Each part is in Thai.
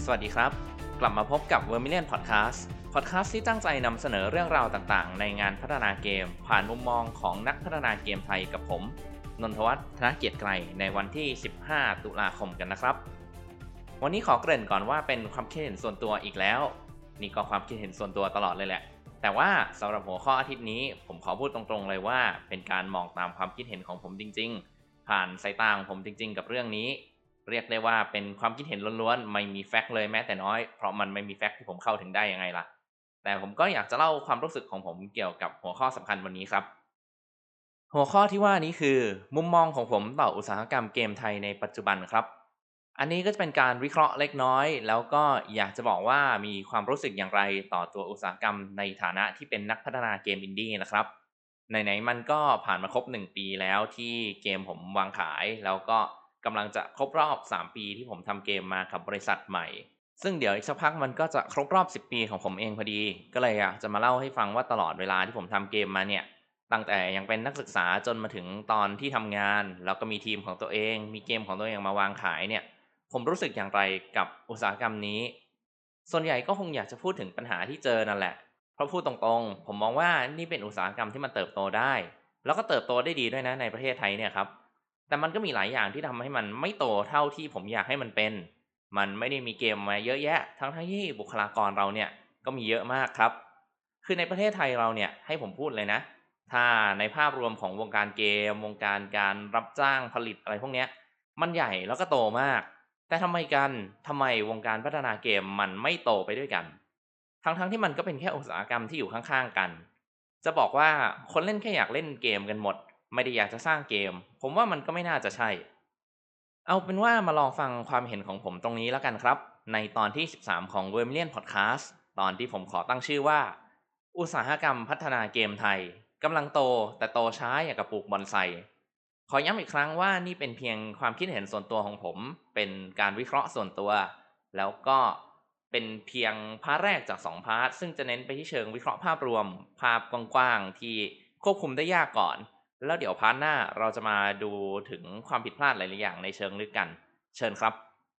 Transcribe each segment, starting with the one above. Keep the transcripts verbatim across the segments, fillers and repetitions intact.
สวัสดีครับกลับมาพบกับ Vermilion Podcast Podcast ที่ตั้งใจนำเสนอเรื่องราวต่างๆในงานพัฒนาเกมผ่านมุมมองของนักพัฒนาเกมไทยกับผมนนทวัฒน์ธนเกียรติไกรในวันที่สิบห้าตุลาคมกันนะครับวันนี้ขอเกริ่นก่อนว่าเป็นความคิดเห็นส่วนตัวอีกแล้วนี่ก็ความคิดเห็นส่วนตัวตลอดเลยแหละแต่ว่าสำหรับหัวข้ออาทิตย์นี้ผมขอพูดตรงๆเลยว่าเป็นการมองตามความคิดเห็นของผมจริงๆผ่านสายตาของผมจริงๆกับเรื่องนี้เรียกได้ว่าเป็นความคิดเห็นล้วนๆไม่มีแฟกต์เลยแม้แต่น้อยเพราะมันไม่มีแฟกต์ที่ผมเข้าถึงได้ยังไงล่ะแต่ผมก็อยากจะเล่าความรู้สึกของผมเกี่ยวกับหัวข้อสำคัญวันนี้ครับหัวข้อที่ว่านี้คือมุมมองของผมต่ออุตสาหกรรมเกมไทยในปัจจุบันครับอันนี้ก็จะเป็นการวิเคราะห์เล็กน้อยแล้วก็อยากจะบอกว่ามีความรู้สึกอย่างไรต่อตัวอุตสาหกรรมในฐานะที่เป็นนักพัฒนาเกมอินดี้นะครับไหนๆมันก็ผ่านมาครบหนึ่งปีแล้วที่เกมผมวางขายแล้วก็กำลังจะครบรอบสามปีที่ผมทำเกมมากับบริษัทใหม่ซึ่งเดี๋ยวอีกสักพักมันก็จะครบรอบสิบปีของผมเองพอดีก็เลยอยากจะมาเล่าให้ฟังว่าตลอดเวลาที่ผมทำเกมมาเนี่ยตั้งแต่ยังเป็นนักศึกษาจนมาถึงตอนที่ทำงานแล้วก็มีทีมของตัวเองมีเกมของตัวเองมาวางขายเนี่ยผมรู้สึกอย่างไรกับอุตสาหกรรมนี้ส่วนใหญ่ก็คงอยากจะพูดถึงปัญหาที่เจอนั่นแหละเพราะพูดตรงๆผมมองว่านี่เป็นอุตสาหกรรมที่มันเติบโตได้แล้วก็เติบโตได้ดีด้วยนะในประเทศไทยเนี่ยครับแต่มันก็มีหลายอย่างที่ทำให้มันไม่โตเท่าที่ผมอยากให้มันเป็นมันไม่ได้มีเกมมาเยอะแยะทั้งทั้งที่บุคลากรเราเนี่ยก็มีเยอะมากครับคือในประเทศไทยเราเนี่ยให้ผมพูดเลยนะถ้าในภาพรวมของวงการเกมวงการการรับจ้างผลิตอะไรพวกเนี้ยมันใหญ่แล้วก็โตมากแต่ทำไมกันทำไมวงการพัฒนาเกมมันไม่โตไปด้วยกันทั้งๆที่มันก็เป็นแค่อุตสาหกรรมที่อยู่ข้างๆกันจะบอกว่าคนเล่นแค่อยากเล่นเกมกันหมดไม่ได้อยากจะสร้างเกมผมว่ามันก็ไม่น่าจะใช่เอาเป็นว่ามาลองฟังความเห็นของผมตรงนี้แล้วกันครับในตอนที่สิบสามของ Vermilion Podcast ตอนที่ผมขอตั้งชื่อว่าอุตสาหกรรมพัฒนาเกมไทยกำลังโตแต่โตช้าอย่างกับปลูกบอนไซขอย้ำอีกครั้งว่านี่เป็นเพียงความคิดเห็นส่วนตัวของผมเป็นการวิเคราะห์ส่วนตัวแล้วก็เป็นเพียงพาร์ทแรกจากสองพาร์ทซึ่งจะเน้นไปที่เชิงวิเคราะห์ภาพรวมภาพกว้างๆที่ควบคุมได้ยากก่อนแล้วเดี๋ยวพาร์ทหน้าเราจะมาดูถึงความผิดพลาดหลายๆอย่างในเชิงลึกกันเชิญครับ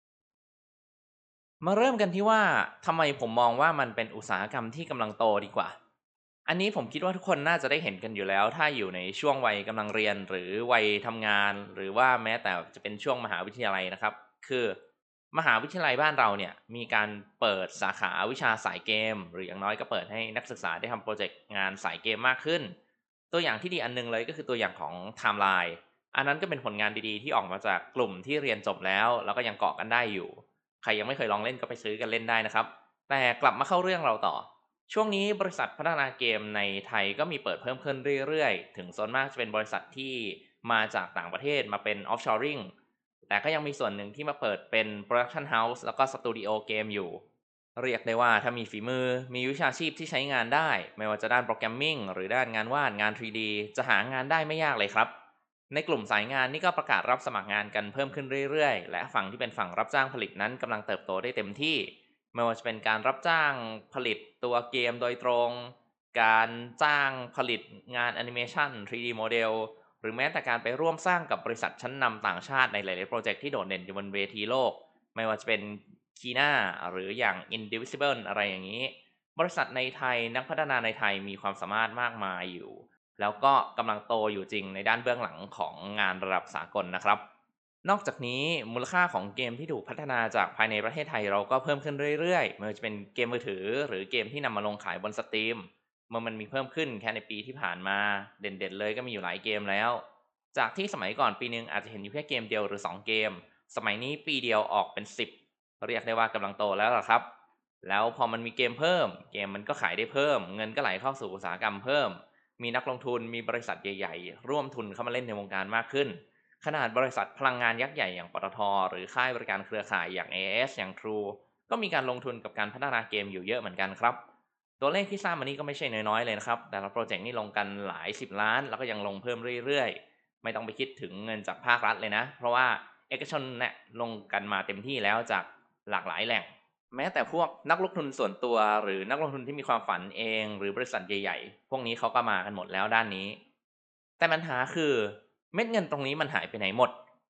มาเริ่มกันที่ว่าทำไมผมมองว่ามันเป็นอุตสาหกรรมที่กำลังโตดีกว่าอันนี้ผมคิดว่าทุกคนน่าจะได้เห็นกันอยู่แล้วถ้าอยู่ในช่วงวัยกำลังเรียนหรือวัยทำงานหรือว่าแม้แต่จะเป็นช่วงมหาวิทยาลัยนะครับคือมหาวิทยาลัยบ้านเราเนี่ยมีการเปิดสาขาวิชาสายเกมหรืออย่างน้อยก็เปิดให้นักศึกษาได้ทำโปรเจกต์งานสายเกมมากขึ้นตัวอย่างที่ดีอันนึงเลยก็คือตัวอย่างของ ไทม์ไลน์ อันนั้นก็เป็นผลงานดีๆที่ออกมาจากกลุ่มที่เรียนจบแล้วแล้วก็ยังเกาะกันได้อยู่ใครยังไม่เคยลองเล่นก็ไปซื้อกันเล่นได้นะครับแต่กลับมาเข้าเรื่องเราต่อช่วงนี้บริษัทพัฒนาเกมในไทยก็มีเปิดเพิ่มขึ้นเรื่อยๆถึงส่วนมากจะเป็นบริษัทที่มาจากต่างประเทศมาเป็น ออฟชอร์ริง แต่ก็ยังมีส่วนหนึ่งที่มาเปิดเป็น โปรดักชัน เฮาส์ แล้วก็สตูดิโอเกมอยู่เรียกได้ว่าถ้ามีฝีมือมีวิชาชีพที่ใช้งานได้ไม่ว่าจะด้านโปรแกรมมิ่งหรือด้านงานวาดงาน ทรี ดี จะหางานได้ไม่ยากเลยครับในกลุ่มสายงานนี่ก็ประกาศรับสมัครงานกันเพิ่มขึ้นเรื่อยๆและฝั่งที่เป็นฝั่งรับจ้างผลิตนั้นกำลังเติบโตได้เต็มที่ไม่ว่าจะเป็นการรับจ้างผลิตตัวเกมโดยตรงการจ้างผลิตงานแอนิเมชัน ทรี ดี โมเดล หรือแม้แต่การไปร่วมสร้างกับบริษัทชั้นนำต่างชาติในหลายๆโปรเจกต์ที่โดดเด่นอยู่บนเวทีโลกไม่ว่าจะเป็น คีน่า หรืออย่าง อินดิวิซิเบิล อะไรอย่างนี้บริษัทในไทยนักพัฒนาในไทยมีความสามารถมากมายอยู่แล้วก็กำลังโตอยู่จริงในด้านเบื้องหลังของงานระดับสากลนะครับนอกจากนี้มูลค่าของเกมที่ถูกพัฒนาจากภายในประเทศไทยเราก็เพิ่มขึ้นเรื่อยๆไม่ว่าจะเป็นเกมมือถือหรือเกมที่นำมาลงขายบนสตรีมเมื่อมันมีเพิ่มขึ้นแค่ในปีที่ผ่านมาเด่นๆเลยก็มีอยู่หลายเกมแล้วจากที่สมัยก่อนปีนึงอาจจะเห็นอยู่แค่เกมเดียวหรือสองเกมสมัยนี้ปีเดียวออกเป็นสิบเรียกได้ว่ากำลังโตแล้วล่ะครับแล้วพอมันมีเกมเพิ่มเกมมันก็ขายได้เพิ่มเงินก็ไหลเข้าสู่อุตสาหกรรมเพิ่มมีนักลงทุนมีบริษัทใหญ่ๆร่วมทุนเข้ามาเล่นในวงการมากขึ้นขนาดบริษัทพลังงานยักษ์ใหญ่อย่างปตทหรือค่ายบริการเครือข่ายอย่าง เอ เอ เอส อย่าง True ก็มีการลงทุนกับการพัฒนาเกมอยู่เยอะเหมือนกันครับตัวเลขที่ทราบมานี้ก็ไม่ใช่น้อยๆเลยนะครับแต่ละโปรเจกต์นี่ลงกันหลายสิบล้านแล้วก็ยังลงเพิ่มเรื่อยๆไม่ต้องไปคิดถึงเงินจากภาครัฐเลยนะเพราะว่าเอกชนเนี่ยลงกันมาเต็มที่แล้วจากหลากหลายแหล่งแม้แต่พวกนักลงทุนส่วนตัวหรือนักลงทุนที่มีความฝันเองหรือบริษัทใหญ่ๆพวกนี้เขาก็มากันหมดแล้วด้านนี้แต่ปัญหาคือเม็ดเงินตรงนี้มันหายไปไหนหมด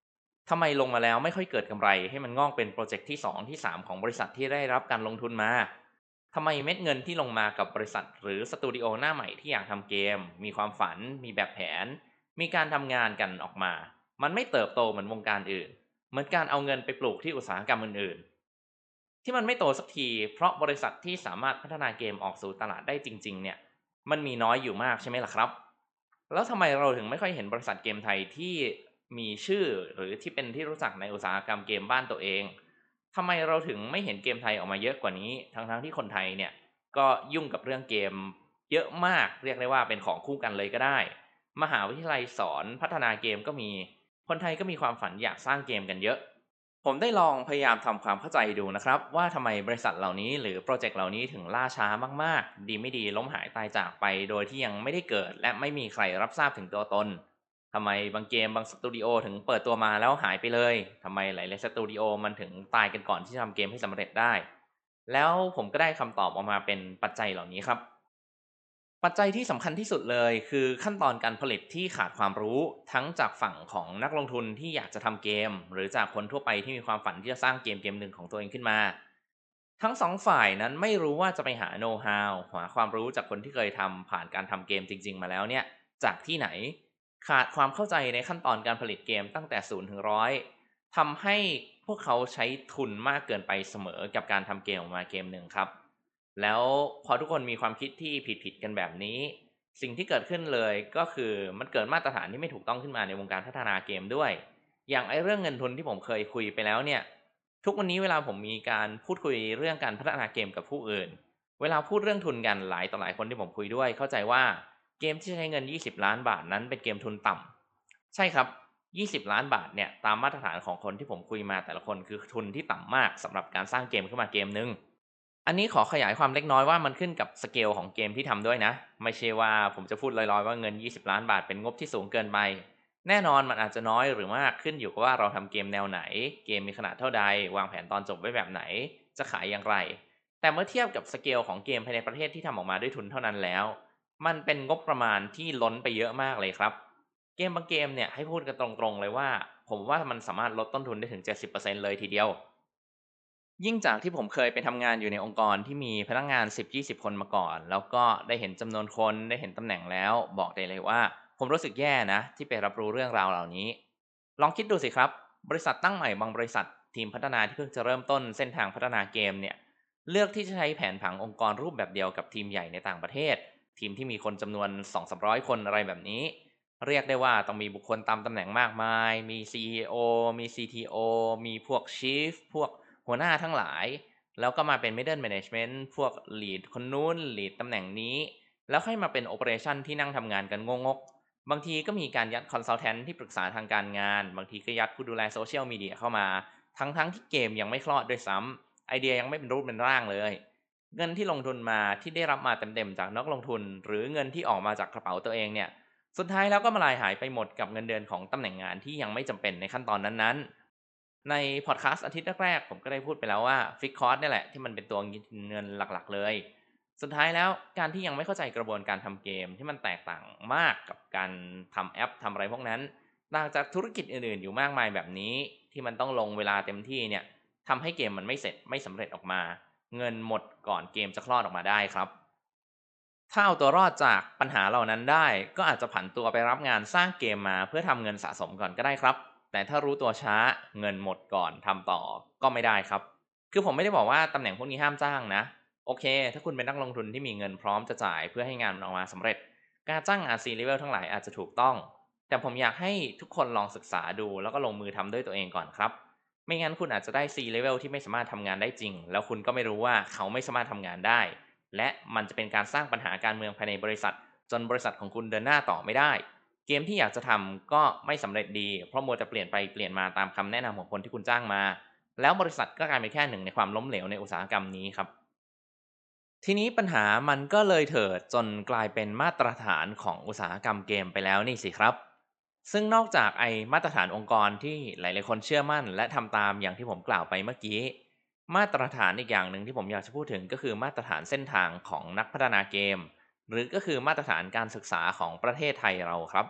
ทำไมลงมาแล้วไม่ค่อยเกิดกำไรให้มันงอกเป็นโปรเจกต์ที่สองที่สามของบริษัทที่ได้รับการลงทุนมาทำไมเม็ดเงินที่ลงมากับบริษัทหรือสตูดิโอหน้าใหม่ที่อยากทำเกมมีความฝันมีแบบแผนมีการทำงานกันออกมามันไม่เติบโตเหมือนวงการอื่นเหมือนการเอาเงินไปปลูกที่อุตสาหกรรมอื่นๆที่มันไม่โตสักทีเพราะบริษัทที่สามารถพัฒนาเกมออกสู่ตลาดได้จริงๆเนี่ยมันมีน้อยอยู่มากใช่ไหมล่ะครับ แล้วทำไมเราถึงไม่ค่อยเห็นบริษัทเกมไทยที่มีชื่อหรือที่เป็นที่รู้จักในอุตสาหกรรมเกมบ้านตัวเองทำไมเราถึงไม่เห็นเกมไทยออกมาเยอะกว่านี้ทั้งๆที่คนไทยเนี่ยก็ยุ่งกับเรื่องเกมเยอะมากเรียกได้ว่าเป็นของคู่กันเลยก็ได้มหาวิทยาลัยสอนพัฒนาเกมก็มีคนไทยก็มีความฝันอยากสร้างเกมกันเยอะ ผมได้ลองพยายามทำความเข้าใจดูนะครับว่าทำไมบริษัทเหล่านี้หรือโปรเจกต์เหล่านี้ถึงล่าช้ามากๆดีไม่ดีล้มหายตายจากไปโดยที่ยังไม่ได้เกิดและไม่มีใครรับทราบถึงตัวตนทำไมบางเกมบางสตูดิโอถึงเปิดตัวมาแล้วหายไปเลยทำไมหลายๆสตูดิโอมันถึงตายกันก่อนที่จะทำเกมให้สำเร็จได้แล้วผมก็ได้คำตอบออกมาเป็นปัจจัยเหล่านี้ครับ ปัจจัยที่สำคัญที่สุดเลยคือขั้นตอนการผลิตที่ขาดความรู้ทั้งจากฝั่งของนักลงทุนที่อยากจะทำเกมหรือจากคนทั่วไปที่มีความฝันที่จะสร้างเกมเกมหนึ่งของตัวเองขึ้นมาทั้งสองฝ่ายนั้นไม่รู้ว่าจะไปหาโน้ตฮาวหาความรู้จากคนที่เคยทำผ่านการทำเกมจริงๆมาแล้วเนี่ยจากที่ไหนขาดความเข้าใจในขั้นตอนการผลิตเกมตั้งแต่ศูนย์ถึงร้อยทำให้พวกเขาใช้ทุนมากเกินไปเสมอกับการทำเกมออกมาเกมหนึ่งครับ แล้วพอทุกคนมีความคิดที่ผิดๆกันแบบนี้สิ่งที่เกิดขึ้นเลยก็คือมันเกิดมาตรฐานที่ไม่ถูกต้องขึ้นมาในวงการพัฒนาเกมด้วยอย่างไอ้เรื่องเงินทุนที่ผมเคยคุยไปแล้วเนี่ยทุกวันนี้เวลาผมมีการพูดคุยเรื่องการพัฒนาเกมกับผู้อื่นเวลาพูดเรื่องทุนกันหลายต่อหลายคนที่ผมคุยด้วยเข้าใจว่าเกมที่ใช้เงินยี่สิบล้านบาทนั้นเป็นเกมทุนต่ำใช่ครับยี่สิบล้านบาทเนี่ยตามมาตรฐานของคนที่ผมคุยมาแต่ละคนคือทุนที่ต่ำมากสำหรับการสร้างเกมขึ้นมาเกมนึง อันนี้ขอขยายความเล็กน้อยว่ามันขึ้นกับสเกลของเกมที่ทำด้วยนะไม่ใช่ว่าผมจะพูดลอยๆว่าเงินยี่สิบล้านบาทเป็นงบที่สูงเกินไปแน่นอนมันอาจจะน้อยหรือมากขึ้นอยู่กับว่าเราทำเกมแนวไหนเกมมีขนาดเท่าใดวางแผนตอนจบไว้แบบไหนจะขายอย่างไรแต่เมื่อเทียบกับสเกลของเกมภายในประเทศที่ทำออกมาด้วยทุนเท่านั้นแล้วมันเป็นงบประมาณที่ล้นไปเยอะมากเลยครับเกมบางเกมเนี่ยให้พูดกันตรงๆเลยว่าผมว่ามันสามารถลดต้นทุนได้ถึงเจ็ดสิบเปอร์เซ็นต์เลยทีเดียว ยิ่งจากที่ผมเคยไปทำงานอยู่ในองค์กรที่มีพนักงานสิบถึงยี่สิบคนมาก่อนแล้วก็ได้เห็นจำนวนคนได้เห็นตำแหน่งแล้วบอกได้เลยว่าผมรู้สึกแย่นะที่ไปรับรู้เรื่องราวเหล่านี้ลองคิดดูสิครับบริษัทตั้งใหม่บางบริษัททีมพัฒนาที่เพิ่งจะเริ่มต้นเส้นทางพัฒนาเกมเนี่ยเลือกที่จะใช้แผนผังองค์กรรูปแบบเดียวกับทีมใหญ่ในต่างประเทศทีมที่มีคนจำนวนสองถึงสามร้อยคนอะไรแบบนี้เรียกได้ว่าต้องมีบุคคลตามตำแหน่งมากมายมี ซี อี โอ มี ซี ที โอ มีพวก Chief พวก หัวหน้าทั้งหลายแล้วก็มาเป็น Middle Management พวก Lead คนนู้น Lead ตำแหน่งนี้แล้วค่อยมาเป็น Operation ที่นั่งทำงานกันงกๆบางทีก็มีการยัด Consultant ที่ปรึกษาทางการงานบางทีก็ยัดผู้ดูแลโซเชียลมีเดียเข้ามาทั้งๆที่เกมยังไม่คลอดด้วยซ้ำไอเดียยังไม่เป็นรูปเป็นร่างเลยเงินที่ลงทุนมาที่ได้รับมาเต็มๆจากนักลงทุนหรือเงินที่ออกมาจากกระเป๋าตัวเองเนี่ยสุดท้ายแล้วก็มาลายหายไปหมดกับเงินเดือนของตำแหน่งงานที่ยังไม่จำเป็นในขั้นตอนนั้นๆ ในพอดคาสต์อาทิตย์แรกๆผมก็ได้พูดไปแล้วว่าฟิกคอร์สเนี่ยแหละที่มันเป็นตัวเงินหลักๆเลยสุดท้ายแล้วการที่ยังไม่เข้าใจกระบวนการทำเกมที่มันแตกต่างมากกับการทำแอปทำอะไรพวกนั้นต่างจากธุรกิจอื่นๆอยู่มากมายแบบนี้ที่มันต้องลงเวลาเต็มที่เนี่ยทำให้เกมมันไม่เสร็จไม่สำเร็จออกมาเงินหมดก่อนเกมจะคลอดออกมาได้ครับ ถ้าเอาตัวรอดจากปัญหาเหล่านั้นได้ก็อาจจะผันตัวไปรับงานสร้างเกมมาเพื่อทำเงินสะสมก่อนก็ได้ครับแต่ถ้ารู้ตัวช้าเงินหมดก่อนทำต่อก็ไม่ได้ครับคือผมไม่ได้บอกว่าตำแหน่งพวกนี้ห้ามจ้างนะโอเคถ้าคุณเป็นนักลงทุนที่มีเงินพร้อมจะจ่ายเพื่อให้งานมันออกมาสำเร็จการจ้างงาน C level ทั้งหลายอาจจะถูกต้องแต่ผมอยากให้ทุกคนลองศึกษาดูแล้วก็ลงมือทำด้วยตัวเองก่อนครับไม่งั้นคุณอาจจะได้ C level ที่ไม่สามารถทำงานได้จริงแล้วคุณก็ไม่รู้ว่าเขาไม่สามารถทำงานได้ และมันจะเป็นการสร้างปัญหาการเมืองภายในบริษัทจนบริษัทของคุณเดินหน้าต่อไม่ได้เกมที่อยากจะทำก็ไม่สำเร็จดีเพราะมัวจะเปลี่ยนไปเปลี่ยนมาตามคำแนะนำของคนที่คุณจ้างมาแล้วบริษัทก็กลายเป็นแค่หนึ่งในความล้มเหลวในอุตสาหกรรมนี้ครับทีนี้ปัญหามันก็เลยเถิดจนกลายเป็นมาตรฐานของอุตสาหกรรมเกมไปแล้วนี่สิครับซึ่งนอกจากไอมาตรฐานองค์กรที่หลายๆคนเชื่อมั่นและทำตามอย่างที่ผมกล่าวไปเมื่อกี้ มาตรฐานอีกอย่างหนึ่งที่ผมอยากจะพูดถึงก็คือมาตรฐานเส้นทางของนักพัฒนาเกมหรือก็คือมาตรฐานการศึกษาของประเทศไทยเราครับ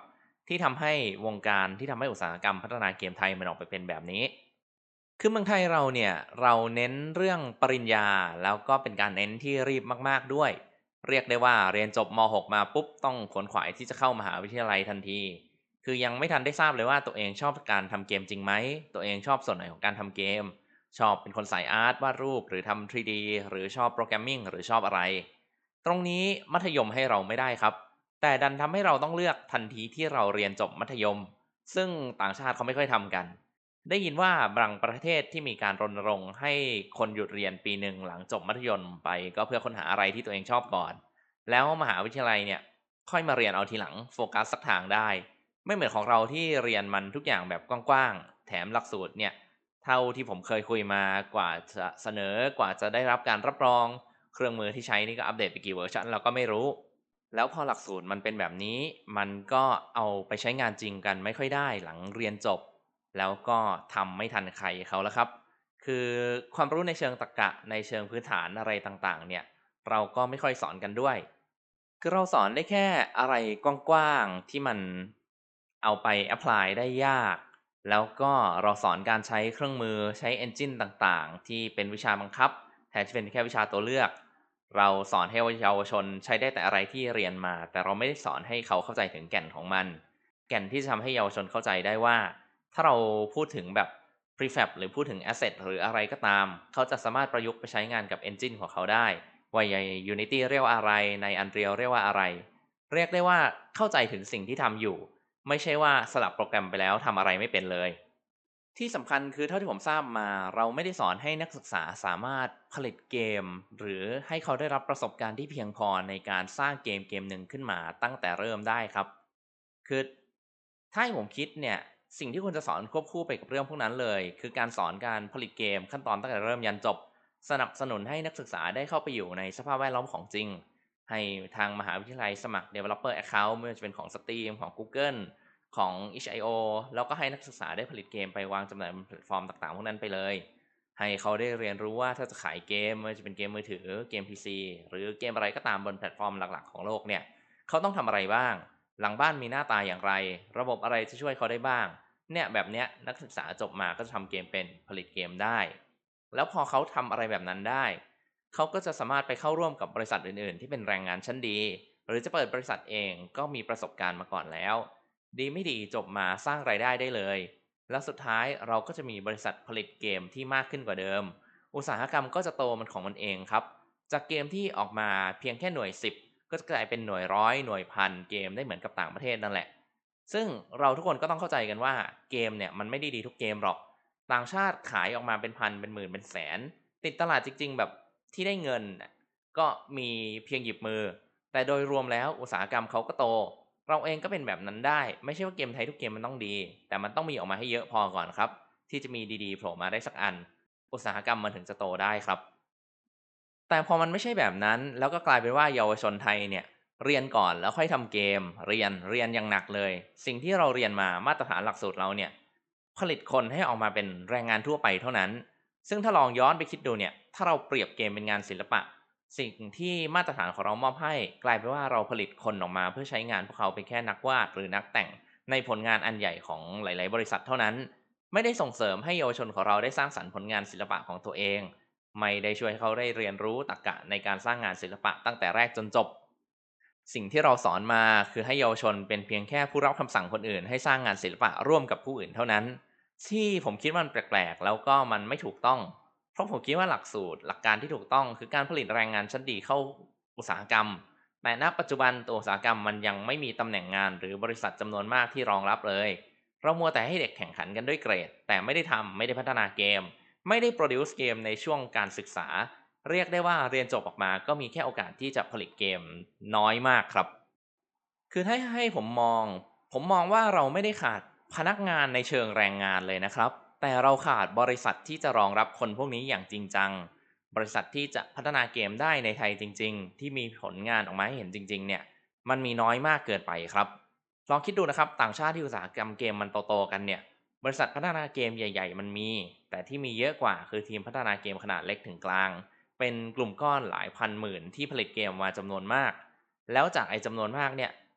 ที่ทำให้วงการที่ทำให้อุตสาหกรรมพัฒนาเกมไทยมันออกไปเป็นแบบนี้คือเมืองไทยเราเนี่ยเราเน้นเรื่องปริญญาแล้วก็เป็นการเน้นที่รีบมากๆด้วยเรียกได้ว่าเรียนจบม .หก มาปุ๊บต้องขวนขวายที่จะเข้ามหาวิทยาลัยทันทีคือยังไม่ทันได้ทราบเลยว่าตัวเองชอบการทำเกมจริงไหมตัวเองชอบส่วนไหนของการทำเกมชอบเป็นคนสายอาร์ตวาดรูปหรือทำ ทรี ดี หรือชอบโปรแกรมมิ่งหรือชอบอะไรตรงนี้มัธยมให้เราไม่ได้ครับ แต่ดันทำให้เราต้องเลือกทันทีที่เราเรียนจบมัธยมซึ่งต่างชาติเขาไม่ค่อยทำกันได้ยินว่าบางประเทศที่มีการรณรงค์ให้คนหยุดเรียนปีหนึ่งหลังจบมัธยมไปก็เพื่อค้นหาอะไรที่ตัวเองชอบก่อนแล้วมหาวิทยาลัยเนี่ยค่อยมาเรียนเอาทีหลังโฟกัสสักทางได้ไม่เหมือนของเราที่เรียนมันทุกอย่างแบบกว้างๆแถมหลักสูตรเนี่ยเท่าที่ผมเคยคุยมากว่าจะเสนอกว่าจะได้รับการรับรองเครื่องมือที่ใช้นี่ก็อัปเดตไปกี่เวอร์ชันเราก็ไม่รู้ แล้วพอหลักสูตรมันเป็นแบบนี้มันก็เอาไปใช้งานจริงกันไม่ค่อยได้หลังเรียนจบแล้วก็ทำไม่ทันใครเขาแล้วครับคือความรู้ในเชิงตรรกะในเชิงพื้นฐานอะไรต่างๆเนี่ยเราก็ไม่ค่อยสอนกันด้วยคือเราสอนได้แค่อะไรกว้างๆที่มันเอาไปแอพพลายได้ยากแล้วก็เราสอนการใช้เครื่องมือใช้ เอนจิน ต่างๆที่เป็นวิชาบังคับแทนที่เป็นแค่วิชาตัวเลือก เราสอนให้เยาวชนใช้ได้แต่อะไรที่เรียนมาแต่เราไม่ได้สอนให้เขาเข้าใจถึงแก่นของมันแก่นที่จะทำให้เยาวชนเข้าใจได้ว่าถ้าเราพูดถึงแบบ prefab หรือพูดถึง asset หรืออะไรก็ตามเขาจะสามารถประยุกต์ไปใช้งานกับ engine ของเขาได้ว่าใน Unity เรียกว่าอะไรใน Unreal เรียกว่าอะไรเรียกได้ว่าเข้าใจถึงสิ่งที่ทำอยู่ไม่ใช่ว่าสลับโปรแกรมไปแล้วทำอะไรไม่เป็นเลย ที่สำคัญคือเท่าที่ผมทราบมาเราไม่ได้สอนให้นักศึกษาสามารถผลิตเกมหรือให้เขาได้รับประสบการณ์ที่เพียงพอในการสร้างเกมเกมหนึ่งขึ้นมาตั้งแต่เริ่มได้ครับคือถ้าให้ผมคิดเนี่ยสิ่งที่ควรจะสอนควบคู่ไปกับเรื่องพวกนั้นเลยคือการสอนการผลิตเกมขั้นตอนตั้งแต่เริ่มยันจบสนับสนุนให้นักศึกษาได้เข้าไปอยู่ในสภาพแวดล้อมของจริงให้ทางมหาวิทยาลัยสมัคร Developer Account ไม่ว่าจะเป็นของ Steam ของ Google ของ เอช ไอ โอ แล้วก็ให้นักศึกษาได้ผลิตเกมไปวางจำหน่ายบนแพลตฟอร์มต่างๆพวกนั้นไปเลยให้เขาได้เรียนรู้ว่าถ้าจะขายเกมไม่ว่าจะเป็นเกมมือถือเกม พี ซี หรือเกมอะไรก็ตามบนแพลตฟอร์มหลักๆของโลกเนี่ยเขาต้องทำอะไรบ้างหลังบ้านมีหน้าตาอย่างไรระบบอะไรจะช่วยเขาได้บ้างเนี่ยแบบเนี้ยนักศึกษาจบมาก็จะทำเกมเป็นผลิตเกมได้แล้วพอเขาทำอะไรแบบนั้นได้เขาก็จะสามารถไปเข้าร่วมกับบริษัทอื่นๆที่เป็นแรงงานชั้นดีหรือจะเปิดบริษัทเองก็มีประสบการณ์มาก่อนแล้ว ดีไม่ดีจบมาสร้างรายได้ได้เลยแล้วสุดท้ายเราก็จะมีบริษัทผลิตเกมที่มากขึ้นกว่าเดิมอุตสาหกรรมก็จะโตมันของมันเองครับจากเกมที่ออกมาเพียงแค่หน่วยสิบก็จะกลายเป็นหน่วยร้อยหน่วยพันเกมได้เหมือนกับต่างประเทศนั่นแหละซึ่งเราทุกคนก็ต้องเข้าใจกันว่าเกมเนี่ยมันไม่ได้ดีทุกเกมหรอกต่างชาติขายออกมาเป็นพันเป็นหมื่นเป็นแสนติดตลาดจริงๆแบบที่ได้เงินก็มีเพียงหยิบมือแต่โดยรวมแล้วอุตสาหกรรมเขาก็โต เราเองก็เป็นแบบนั้นได้ไม่ใช่ว่าเกมไทยทุกเกมมันต้องดีแต่มันต้องมีออกมาให้เยอะพอก่อนครับที่จะมีดีๆโผล่มาได้สักอันอุตสาหกรรมมันถึงจะโตได้ครับแต่พอมันไม่ใช่แบบนั้นแล้วก็กลายเป็นว่าเยาวชนไทยเนี่ยเรียนก่อนแล้วค่อยทำเกมเรียนเรียนอย่างหนักเลยสิ่งที่เราเรียนมามาตรฐานหลักสูตรเราเนี่ยผลิตคนให้ออกมาเป็นแรงงานทั่วไปเท่านั้นซึ่งถ้าลองย้อนไปคิดดูเนี่ยถ้าเราเปรียบเกมเป็นงานศิลปะสิ่งที่มาตรฐานของเรามอบให้กลายเป็นว่าเราผลิตคนออกมาเพื่อใช้งานพวกเขาเป็นแค่นักวาดหรือนักแต่งในผลงานอันใหญ่ของหลายๆบริษัทเท่านั้นไม่ได้ส่งเสริมให้เยาวชนของเราได้สร้างสรรค์ผลงานศิลปะของตัวเองไม่ได้ช่วยให้เขาได้เรียนรู้ตรรกะในการสร้างงานศิลปะตั้งแต่แรกจนจบสิ่งที่เราสอนมาคือให้เยาวชนเป็นเพียงแค่ผู้รับคำสั่งคนอื่นให้สร้างงานศิลปะร่วมกับผู้อื่นเท่านั้นที่ผมคิดว่ามันแปลกๆแล้วก็มันไม่ถูกต้อง เพราะผมคิดว่าหลักสูตรหลักการที่ถูกต้องคือการผลิตแรงงานชั้นดีเข้าอุตสาหกรรมแต่ณปัจจุบันตัวอุตสาหกรรมมันยังไม่มีตำแหน่งงานหรือบริษัทจำนวนมากที่รองรับเลยเรามัวแต่ให้เด็กแข่งขันกันด้วยเกรดแต่ไม่ได้ทำไม่ได้พัฒนาเกมไม่ได้โปรดิวซ์เกมในช่วงการศึกษาเรียกได้ว่าเรียนจบออกมาก็มีแค่โอกาสที่จะผลิตเกมน้อยมากครับ คือถ้าให้ผมมองผมมองว่าเราไม่ได้ขาดพนักงานในเชิงแรงงานเลยนะครับแต่เราขาดบริษัทที่จะรองรับคนพวกนี้อย่างจริงจังบริษัทที่จะพัฒนาเกมได้ในไทยจริงๆที่มีผลงานออกมาให้เห็นจริงๆเนี่ยมันมีน้อยมากเกินไปครับลองคิดดูนะครับต่างชาติที่อุตสาหกรรมเกมมันโตๆกันเนี่ยบริษัทพัฒนาเกมใหญ่ๆมันมีแต่ที่มีเยอะกว่าคือทีมพัฒนาเกมขนาดเล็กถึงกลางเป็นกลุ่มก้อนหลายพันหมื่นที่ผลิตเกมมาจำนวนมากแล้วจากไอ้จำนวนมากเนี่ย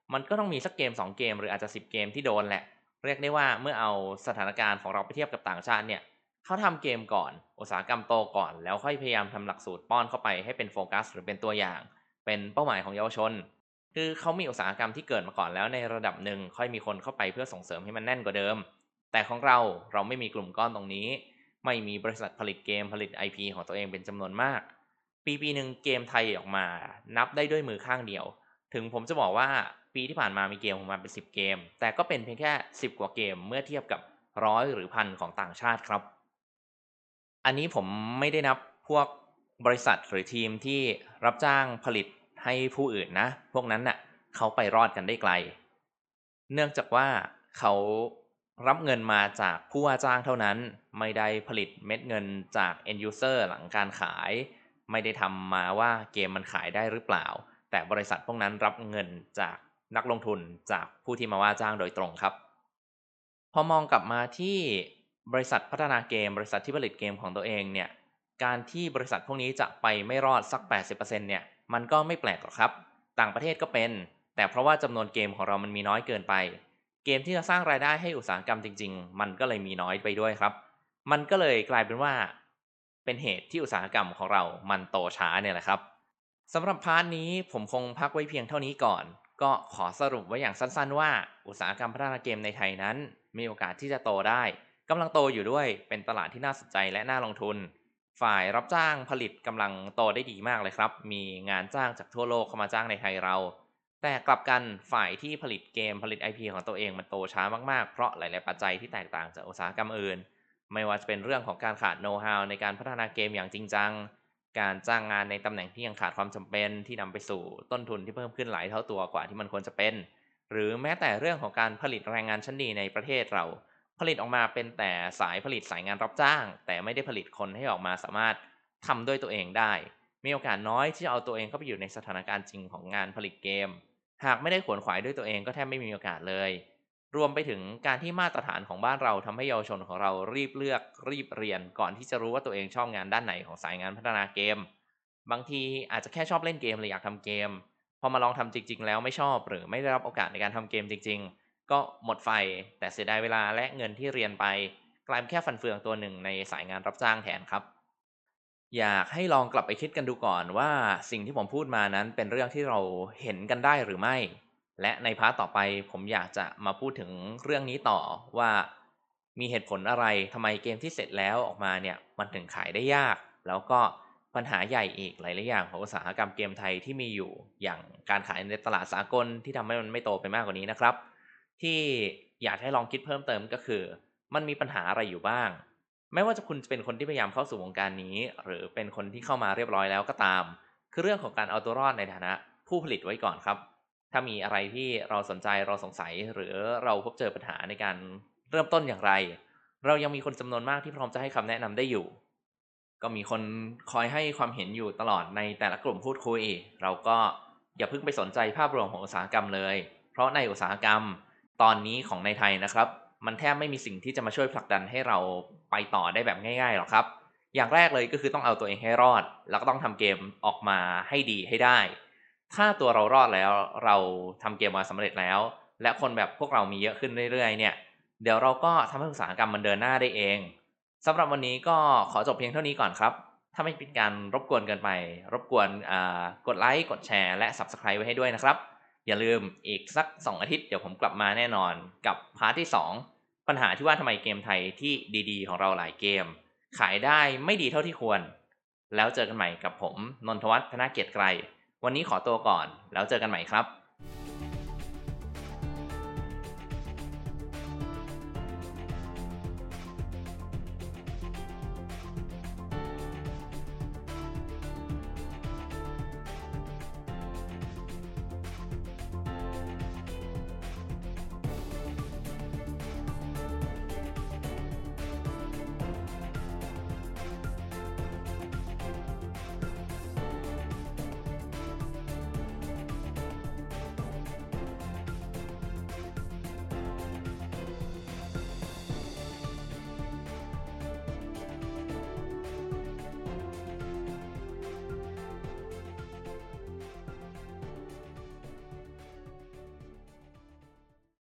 มันก็ต้องมีสักเกมสองเกมหรืออาจจะสิบเกมที่โดนแหละเรียกได้ว่าเมื่อเอาสถานการณ์ของเราไปเทียบกับต่างชาติเนี่ยเขาทำเกมก่อนอุตสาหกรรมโตก่อนแล้วค่อยพยายามทำหลักสูตรป้อนเข้าไปให้เป็นโฟกัสหรือเป็นตัวอย่างเป็นเป้าหมายของเยาวชนคือเขามีอุตสาหกรรมที่เกิดมาก่อนแล้วในระดับหนึ่งค่อยมีคนเข้าไปเพื่อส่งเสริมให้มันแน่นกว่าเดิมแต่ของเราเราไม่มีกลุ่มก้อนตรงนี้ไม่มีบริษัทผลิตเกมผลิต ไอ พี ของตัวเองเป็นจำนวนมากปีปีหนึ่งเกมไทยออกมานับได้ด้วยมือข้างเดียวถึงผมจะบอกว่าปีที่ผ่านมามีเกมออกมาเป็นสิบเกมแต่ก็เป็นเพียงแค่สิบกว่าเกมเมื่อเทียบกับร้อยหรือพันของต่างชาติครับอันนี้ผมไม่ได้นับพวกบริษัทหรือทีมที่รับจ้างผลิตให้ผู้อื่นนะพวกนั้นน่ะเขาไปรอดกันได้ไกลเนื่องจากว่าเขารับเงินมาจากผู้ว่าจ้างเท่านั้นไม่ได้ผลิตเม็ดเงินจาก end user หลังการขายไม่ได้ทำมาว่าเกมมันขายได้หรือเปล่าแต่บริษัทพวกนั้นรับเงินจากนักลงทุนจากผู้ที่มาว่าจ้างโดยตรงครับพอมองกลับมาที่บริษัทพัฒนาเกมบริษัทที่ผลิตเกมของตัวเองเนี่ยการที่บริษัทพวกนี้จะไปไม่รอดสัก แปดสิบเปอร์เซ็นต์ เนี่ยมันก็ไม่แปลกหรอกครับต่างประเทศก็เป็นแต่เพราะว่าจำนวนเกมของเรามันมีน้อยเกินไปเกมที่จะสร้างรายได้ให้อุตสาหกรรมจริงๆมันก็เลยมีน้อยไปด้วยครับมันก็เลยกลายเป็นว่าเป็นเหตุที่อุตสาหกรรมของเรามันโตช้าเนี่ยแหละครับ สำหรับพาร์ทนี้ผมคงพักไว้เพียงเท่านี้ก่อนก็ขอสรุปไว้อย่างสั้นๆว่าอุตสาหกรรมพัฒนาเกมในไทยนั้นมีโอกาสที่จะโตได้กำลังโตอยู่ด้วยเป็นตลาดที่น่าสนใจและน่าลงทุนฝ่ายรับจ้างผลิตกำลังโตได้ดีมากเลยครับมีงานจ้างจากทั่วโลกเข้ามาจ้างในไทยเราแต่กลับกันฝ่ายที่ผลิตเกมผลิต ไอ พี ของตัวเองมันโตช้ามากๆเพราะหลายๆปัจจัยที่แตกต่างจากอุตสาหกรรมอื่นไม่ว่าจะเป็นเรื่องของการขาดโน้ตฮาวในการพัฒนาเกมอย่างจริงจัง การจ้างงานในตำแหน่งที่ยังขาดความจำเป็นที่นำไปสู่ต้นทุนที่เพิ่มขึ้นหลายเท่าตัวกว่าที่มันควรจะเป็นหรือแม้แต่เรื่องของการผลิตแรงงานชั้นดีในประเทศเราผลิตออกมาเป็นแต่สายผลิตสายงานรับจ้างแต่ไม่ได้ผลิตคนให้ออกมาสามารถทำด้วยตัวเองได้มีโอกาสน้อยที่จะเอาตัวเองเข้าไปอยู่ในสถานการณ์จริงของงานผลิตเกมหากไม่ได้ขวนขวายด้วยตัวเองก็แทบไม่มีโอกาสเลยรวมไปถึงการที่มาตรฐานของบ้านเราทำให้เยาวชนของเรารีบเลือกรีบเรียนก่อนที่จะรู้ว่าตัวเองชอบงานด้านไหนของสายงานพัฒนาเกม บางทีอาจจะแค่ชอบเล่นเกมเลยอยากทำเกมพอมาลองทำจริงๆแล้วไม่ชอบหรือไม่ได้รับโอกาสในการทำเกมจริงๆก็หมดไฟแต่เสียดายเวลาและเงินที่เรียนไปกลายเป็นแค่ฟันเฟืองตัวหนึ่งในสายงานรับจ้างแทนครับอยากให้ลองกลับไปคิดกันดูก่อนว่าสิ่งที่ผมพูดมานั้นเป็นเรื่องที่เราเห็นกันได้หรือไม่และในพาร์ทต่อไปผมอยากจะมาพูดถึงเรื่องนี้ต่อว่ามีเหตุผลอะไรทำไมเกมที่เสร็จแล้วออกมาเนี่ยมันถึงขายได้ยากแล้วก็ ปัญหาใหญ่อีกหลายๆอย่างของอุตสาหกรรมเกมไทยที่มีอยู่อย่างการขายในตลาดสากลที่ทำให้มันไม่โตไปมากกว่านี้นะครับที่อยากให้ลองคิดเพิ่มเติมก็คือมันมีปัญหาอะไรอยู่บ้างไม่ว่าจะคุณจะเป็นคนที่พยายามเข้าสู่วงการนี้หรือเป็นคนที่เข้ามาเรียบร้อยแล้วก็ตามคือเรื่องของการเอาตัวรอดในฐานะผู้ผลิตไว้ก่อนครับถ้ามีอะไรที่เราสนใจเราสงสัยหรือเราพบเจอปัญหาในการเริ่มต้นอย่างไรเรายังมีคนจำนวนมากที่พร้อมจะให้คำแนะนำได้อยู่ ก็มีคนคอยให้ความเห็นอยู่ตลอดในแต่ละกลุ่มพูดคุยเราก็อย่าเพิ่งไปสนใจภาพรวมของอุตสาหกรรมเลยเพราะในอุตสาหกรรมตอนนี้ของในไทยนะครับมันแทบไม่มีสิ่งที่จะมาช่วยผลักดันให้เราไปต่อได้แบบง่ายๆหรอกครับอย่างแรกเลยก็คือต้องเอาตัวเองให้รอดแล้วก็ต้องทำเกมออกมาให้ดีให้ได้ถ้าตัวเรารอดแล้วเราทำเกมมาสำเร็จแล้วและคนแบบพวกเรามีเยอะขึ้นเรื่อยๆเนี่ยเดี๋ยวเราก็ทำให้อุตสาหกรรมมันเดินหน้าได้เอง สำหรับวันนี้ก็ขอจบเพียงเท่านี้ก่อนครับ ถ้าไม่เป็นการรบกวนเกินไปรบกวนกดไลค์กดแชร์และ ซับสไครบ์ ไว้ให้ด้วยนะครับ อย่าลืมอีกสักสองอาทิตย์เดี๋ยวผมกลับมาแน่นอนกับพาร์ทที่สองปัญหาที่ว่าทำไมเกมไทยที่ดีๆของเราหลายเกมขายได้ไม่ดีเท่าที่ควร แล้วเจอกันใหม่กับผมนนทวัฒน์ธนเกียรติไกรวันนี้ขอตัวก่อนแล้วเจอกันใหม่ครับ